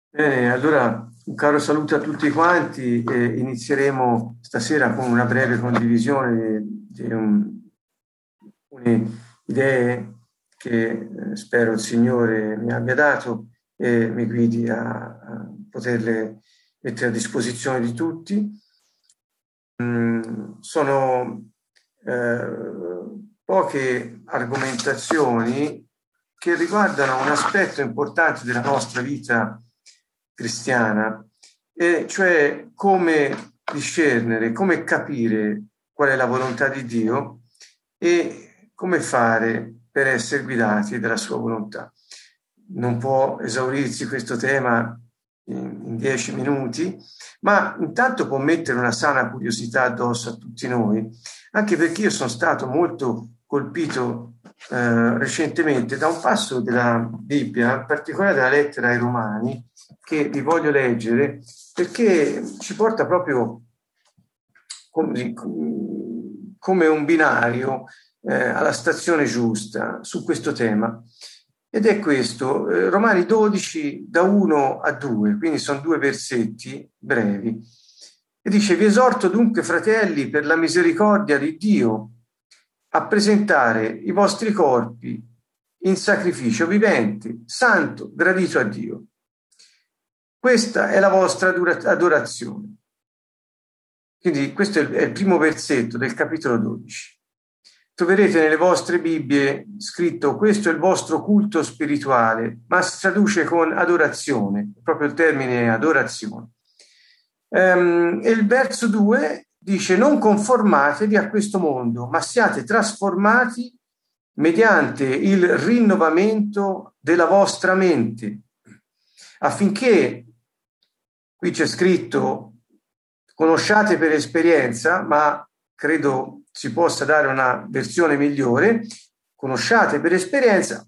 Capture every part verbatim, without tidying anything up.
Bene, allora un caro saluto a tutti quanti e inizieremo stasera con una breve condivisione di, di un, alcune idee che eh, spero il Signore mi abbia dato e mi guidi a, a poterle mettere a disposizione di tutti. Mm, sono eh, poche argomentazioni che riguardano un aspetto importante della nostra vita cristiana, e cioè come discernere, come capire qual è la volontà di Dio e come fare per essere guidati dalla sua volontà. Non può esaurirsi questo tema in, in dieci minuti, ma intanto può mettere una sana curiosità addosso a tutti noi, anche perché io sono stato molto colpito eh, recentemente da un passo della Bibbia, in particolare della lettera ai Romani, che vi voglio leggere perché ci porta proprio come, come un binario eh, alla stazione giusta su questo tema. Ed è questo, eh, Romani dodici da uno a due, quindi sono due versetti brevi. E dice: vi esorto dunque, fratelli, per la misericordia di Dio, a presentare i vostri corpi in sacrificio vivente, santo, gradito a Dio. Questa è la vostra adorazione. Quindi questo è il primo versetto del capitolo dodici. Troverete nelle vostre Bibbie scritto: questo è il vostro culto spirituale, ma si traduce con adorazione, proprio il termine è adorazione. Ehm, e il verso due dice: non conformatevi a questo mondo, ma siate trasformati mediante il rinnovamento della vostra mente, affinché, qui c'è scritto conosciate per esperienza, ma credo si possa dare una versione migliore, conosciate per esperienza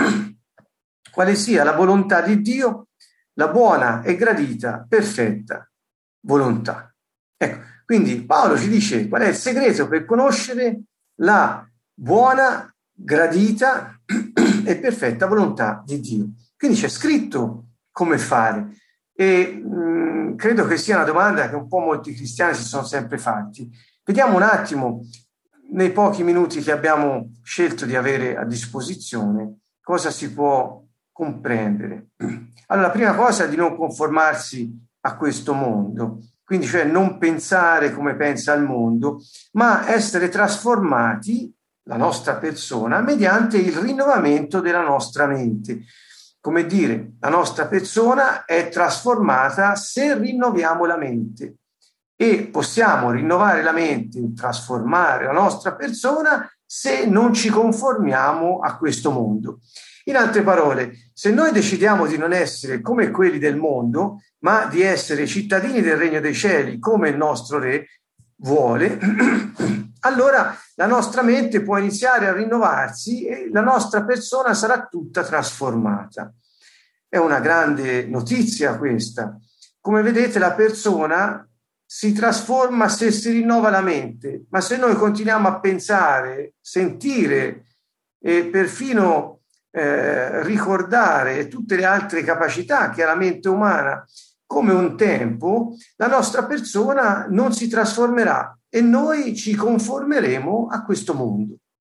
quale sia la volontà di Dio, la buona e gradita, perfetta volontà. Ecco, quindi Paolo ci dice qual è il segreto per conoscere la buona, gradita e perfetta volontà di Dio. Quindi c'è scritto come fare. E mh, credo che sia una domanda che un po' molti cristiani si sono sempre fatti. Vediamo un attimo, nei pochi minuti che abbiamo scelto di avere a disposizione, cosa si può comprendere. Allora, la prima cosa è di non conformarsi a questo mondo, quindi cioè non pensare come pensa il mondo, ma essere trasformati, la nostra persona, mediante il rinnovamento della nostra mente. Come dire, la nostra persona è trasformata se rinnoviamo la mente, e possiamo rinnovare la mente, trasformare la nostra persona se non ci conformiamo a questo mondo. In altre parole, se noi decidiamo di non essere come quelli del mondo, ma di essere cittadini del regno dei cieli come il nostro re vuole, allora la nostra mente può iniziare a rinnovarsi e la nostra persona sarà tutta trasformata. È una grande notizia questa. Come vedete, la persona si trasforma se si rinnova la mente, ma se noi continuiamo a pensare, sentire e perfino eh, ricordare tutte le altre capacità che ha la mente umana come un tempo, la nostra persona non si trasformerà e noi ci conformeremo a questo mondo.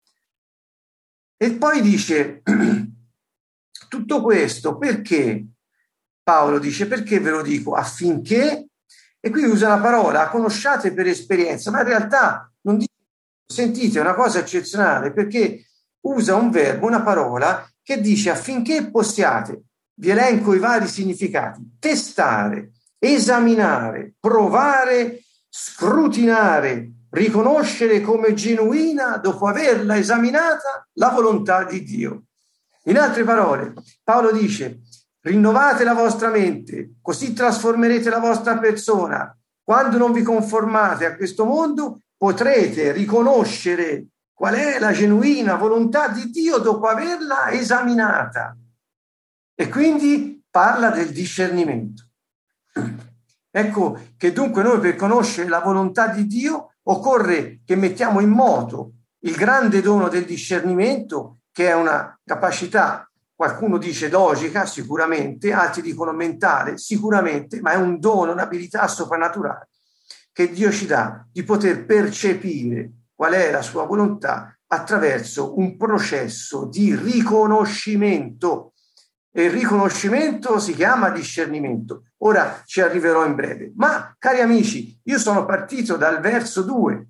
E poi dice tutto questo perché? Paolo dice: perché ve lo dico? Affinché, e qui usa la parola conosciate per esperienza, ma in realtà non dice, sentite, è una cosa eccezionale, perché usa un verbo, una parola che dice affinché possiate, vi elenco i vari significati: testare, esaminare, provare, scrutinare, riconoscere come genuina, dopo averla esaminata, la volontà di Dio. In altre parole, Paolo dice: rinnovate la vostra mente, così trasformerete la vostra persona. Quando non vi conformate a questo mondo, potrete riconoscere qual è la genuina volontà di Dio dopo averla esaminata. E quindi parla del discernimento. Ecco che dunque noi, per conoscere la volontà di Dio, occorre che mettiamo in moto il grande dono del discernimento, che è una capacità qualcuno dice logica, sicuramente, altri dicono mentale, sicuramente, ma è un dono, un'abilità soprannaturale che Dio ci dà di poter percepire qual è la sua volontà attraverso un processo di riconoscimento. E il riconoscimento si chiama discernimento. Ora ci arriverò in breve. Ma, cari amici, io sono partito dal verso due.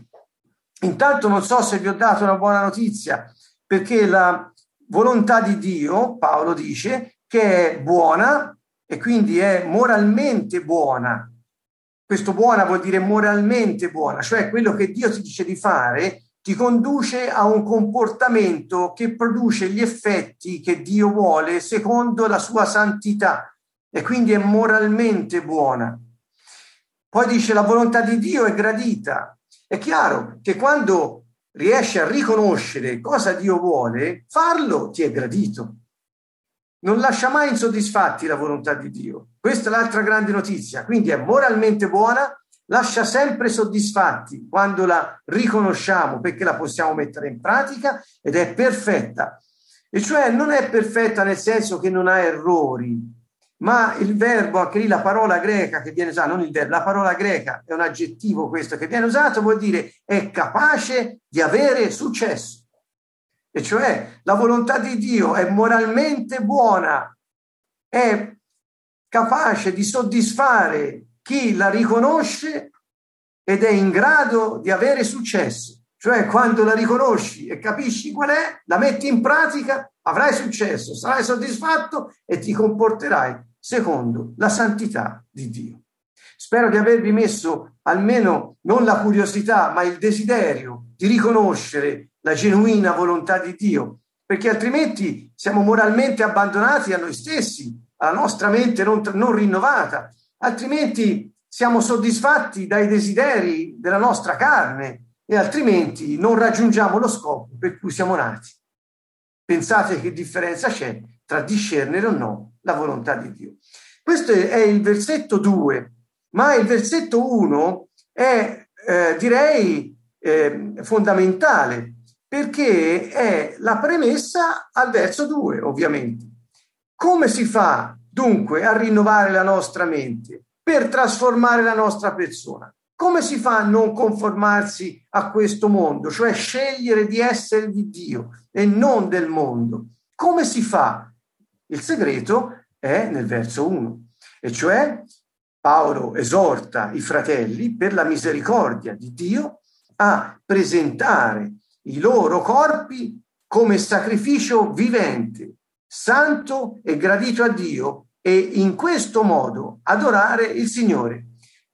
Intanto non so se vi ho dato una buona notizia, perché la volontà di Dio, Paolo dice, che è buona e quindi è moralmente buona. Questo buona vuol dire moralmente buona, cioè quello che Dio ti dice di fare ti conduce a un comportamento che produce gli effetti che Dio vuole secondo la sua santità e quindi è moralmente buona. Poi dice la volontà di Dio è gradita. È chiaro che quando riesci a riconoscere cosa Dio vuole, farlo ti è gradito. Non lascia mai insoddisfatti la volontà di Dio. Questa è l'altra grande notizia. Quindi è moralmente buona, lascia sempre soddisfatti quando la riconosciamo perché la possiamo mettere in pratica ed è perfetta. E cioè non è perfetta nel senso che non ha errori, ma il verbo, anche lì la parola greca che viene usata, non il verbo, la parola greca è un aggettivo questo che viene usato, vuol dire è capace di avere successo. E cioè la volontà di Dio è moralmente buona, è capace di soddisfare chi la riconosce ed è in grado di avere successo. Cioè quando la riconosci e capisci qual è, la metti in pratica, avrai successo, sarai soddisfatto e ti comporterai secondo la santità di Dio. Spero di avervi messo almeno non la curiosità, ma il desiderio di riconoscere la genuina volontà di Dio, perché altrimenti siamo moralmente abbandonati a noi stessi, alla nostra mente non, non rinnovata, altrimenti siamo soddisfatti dai desideri della nostra carne e altrimenti non raggiungiamo lo scopo per cui siamo nati. Pensate che differenza c'è tra discernere o no la volontà di Dio. Questo è il versetto due, ma il versetto uno è, eh, direi, eh, fondamentale, perché è la premessa al verso due, ovviamente. Come si fa dunque a rinnovare la nostra mente per trasformare la nostra persona? Come si fa a non conformarsi a questo mondo, cioè scegliere di essere di Dio e non del mondo? Come si fa? Il segreto è nel verso uno, e cioè Paolo esorta i fratelli per la misericordia di Dio a presentare i loro corpi come sacrificio vivente, santo e gradito a Dio e in questo modo adorare il Signore.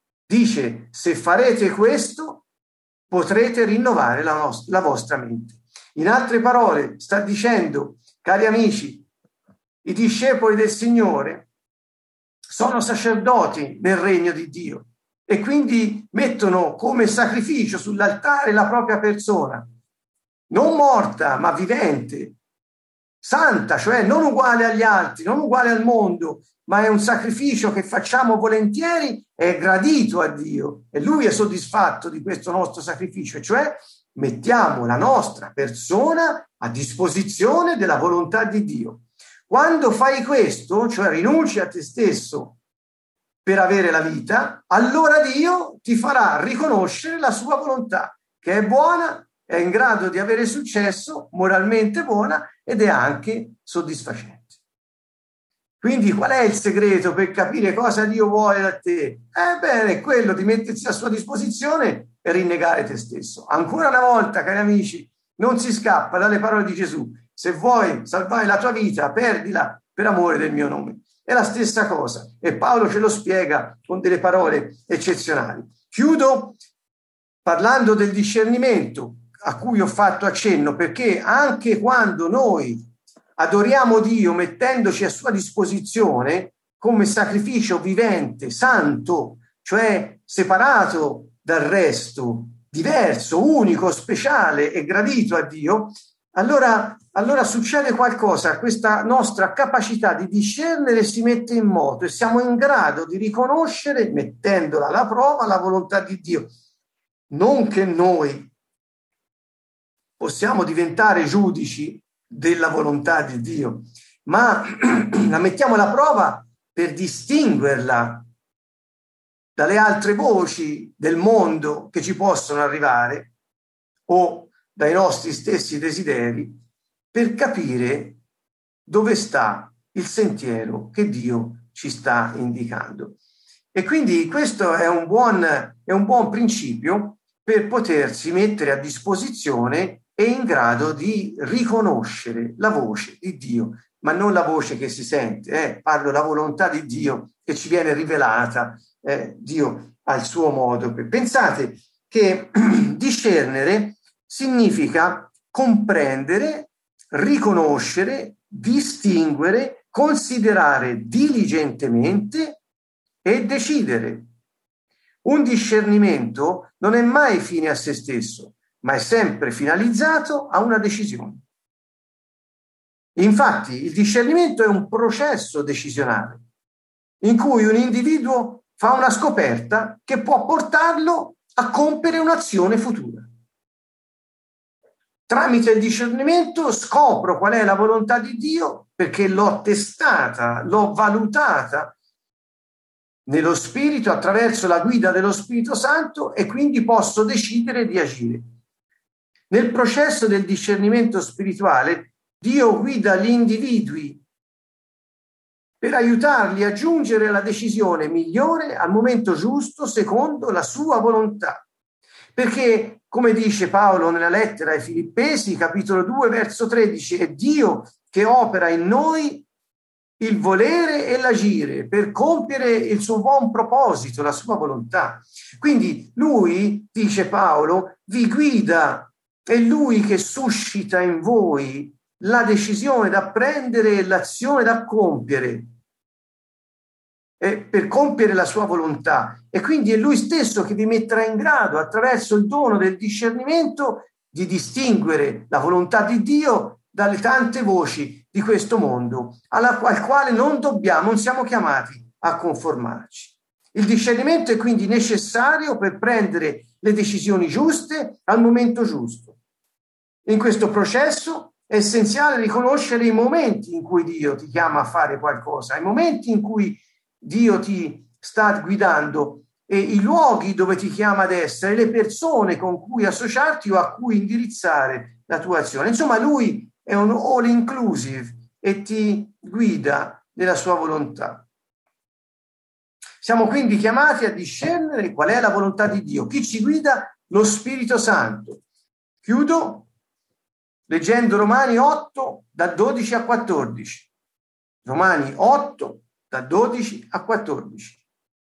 Dice, se farete questo potrete rinnovare la, nost- la vostra mente. In altre parole sta dicendo, cari amici, i discepoli del Signore sono sacerdoti nel regno di Dio e quindi mettono come sacrificio sull'altare la propria persona, non morta ma vivente, santa, cioè non uguale agli altri, non uguale al mondo, ma è un sacrificio che facciamo volentieri, è gradito a Dio e Lui è soddisfatto di questo nostro sacrificio, cioè mettiamo la nostra persona a disposizione della volontà di Dio. Quando fai questo, cioè rinunci a te stesso per avere la vita, allora Dio ti farà riconoscere la sua volontà, che è buona, è in grado di avere successo, moralmente buona ed è anche soddisfacente. Quindi qual è il segreto per capire cosa Dio vuole da te? Ebbene, è quello di mettersi a sua disposizione e rinnegare te stesso. Ancora una volta, cari amici, non si scappa dalle parole di Gesù. Se vuoi salvare la tua vita, perdila per amore del mio nome. È la stessa cosa e Paolo ce lo spiega con delle parole eccezionali. Chiudo parlando del discernimento a cui ho fatto accenno, perché anche quando noi adoriamo Dio mettendoci a sua disposizione come sacrificio vivente, santo, cioè separato dal resto, diverso, unico, speciale e gradito a Dio, allora, allora succede qualcosa, questa nostra capacità di discernere si mette in moto e siamo in grado di riconoscere, mettendola alla prova, la volontà di Dio. Non che noi possiamo diventare giudici della volontà di Dio, ma la mettiamo alla prova per distinguerla dalle altre voci del mondo che ci possono arrivare o dai nostri stessi desideri, per capire dove sta il sentiero che Dio ci sta indicando. E quindi questo è un buon, è un buon principio per potersi mettere a disposizione e in grado di riconoscere la voce di Dio, ma non la voce che si sente, eh? Parlo della volontà di Dio che ci viene rivelata. Eh, Dio ha il suo modo. Pensate che discernere significa comprendere, riconoscere, distinguere, considerare diligentemente e decidere. Un discernimento non è mai fine a se stesso, ma è sempre finalizzato a una decisione. Infatti, il discernimento è un processo decisionale in cui un individuo fa una scoperta che può portarlo a compiere un'azione futura. Tramite il discernimento scopro qual è la volontà di Dio perché l'ho testata, l'ho valutata nello Spirito attraverso la guida dello Spirito Santo e quindi posso decidere di agire. Nel processo del discernimento spirituale Dio guida gli individui per aiutarli a giungere alla decisione migliore al momento giusto secondo la sua volontà. Perché, come dice Paolo nella lettera ai Filippesi, capitolo due, verso tredici, è Dio che opera in noi il volere e l'agire per compiere il suo buon proposito, la sua volontà. Quindi lui, dice Paolo, vi guida, è lui che suscita in voi la decisione da prendere e l'azione da compiere eh, per compiere la sua volontà, e quindi è lui stesso che vi metterà in grado attraverso il dono del discernimento di distinguere la volontà di Dio dalle tante voci di questo mondo alla, al quale non dobbiamo, non siamo chiamati a conformarci. Il discernimento è quindi necessario per prendere le decisioni giuste al momento giusto. In questo processo è essenziale riconoscere i momenti in cui Dio ti chiama a fare qualcosa, i momenti in cui Dio ti sta guidando e i luoghi dove ti chiama ad essere, le persone con cui associarti o a cui indirizzare la tua azione. Insomma, lui è un all inclusive e ti guida nella sua volontà. Siamo quindi chiamati a discernere qual è la volontà di Dio. Chi ci guida? Lo Spirito Santo. Chiudo leggendo Romani otto, da dodici a quattordici. Romani otto, da dodici a quattordici.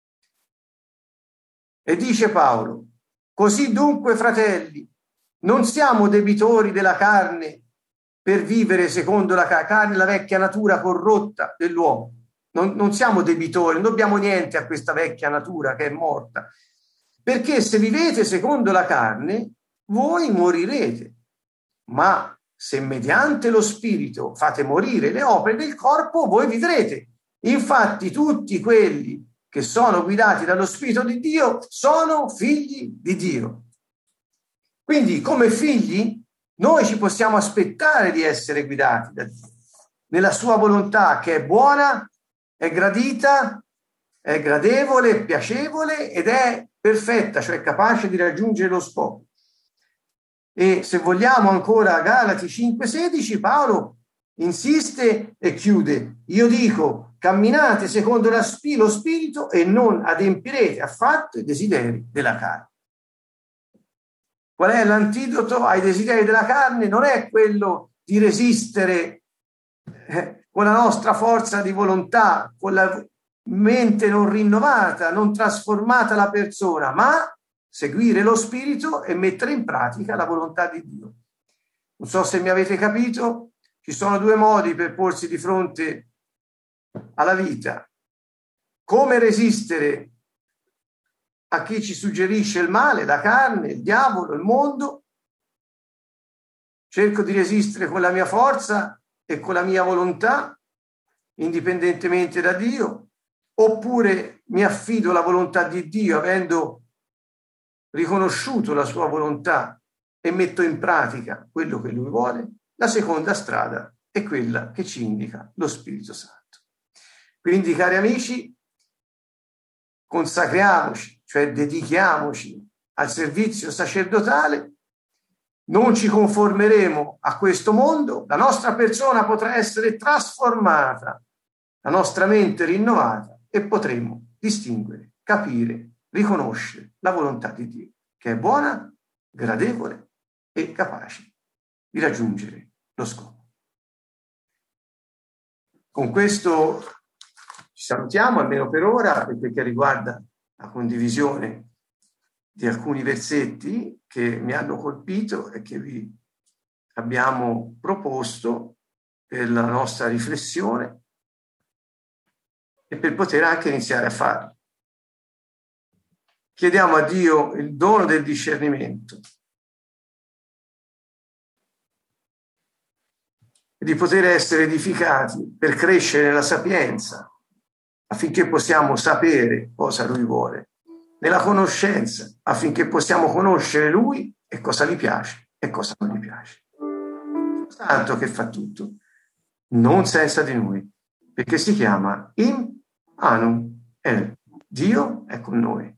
E dice Paolo: così dunque, fratelli, non siamo debitori della carne per vivere secondo la carne, la vecchia natura corrotta dell'uomo. Non, non siamo debitori, non dobbiamo niente a questa vecchia natura che è morta. Perché se vivete secondo la carne, voi morirete. Ma se mediante lo Spirito fate morire le opere del corpo, voi vivrete. Infatti tutti quelli che sono guidati dallo Spirito di Dio sono figli di Dio. Quindi, come figli, noi ci possiamo aspettare di essere guidati da Dio nella sua volontà, che è buona, è gradita, è gradevole, è piacevole ed è perfetta, cioè capace di raggiungere lo scopo. E se vogliamo ancora Galati cinque sedici, Paolo insiste e chiude: io dico, camminate secondo la spi- lo spirito e non adempirete affatto i desideri della carne. Qual è l'antidoto ai desideri della carne? Non è quello di resistere eh, con la nostra forza di volontà, con la mente non rinnovata, non trasformata la persona, ma seguire lo spirito e mettere in pratica la volontà di Dio. Non so se mi avete capito, ci sono due modi per porsi di fronte alla vita: come resistere a chi ci suggerisce il male, la carne, il diavolo, il mondo. Cerco di resistere con la mia forza e con la mia volontà, indipendentemente da Dio, oppure mi affido alla volontà di Dio, avendo riconosciuto la sua volontà, e metto in pratica quello che lui vuole. La seconda strada è quella che ci indica lo Spirito Santo. Quindi, cari amici, consacriamoci, cioè dedichiamoci al servizio sacerdotale, non ci conformeremo a questo mondo, la nostra persona potrà essere trasformata, la nostra mente rinnovata e potremo distinguere, capire, riconoscere la volontà di Dio, che è buona, gradevole e capace di raggiungere lo scopo. Con questo ci salutiamo, almeno per ora, per quel che riguarda la condivisione di alcuni versetti che mi hanno colpito e che vi abbiamo proposto per la nostra riflessione e per poter anche iniziare a farlo. Chiediamo a Dio il dono del discernimento e di poter essere edificati per crescere nella sapienza, affinché possiamo sapere cosa Lui vuole, nella conoscenza, affinché possiamo conoscere Lui e cosa gli piace e cosa non gli piace. Tanto che fa tutto, non senza di noi, perché si chiama In Anum El. Dio è con noi.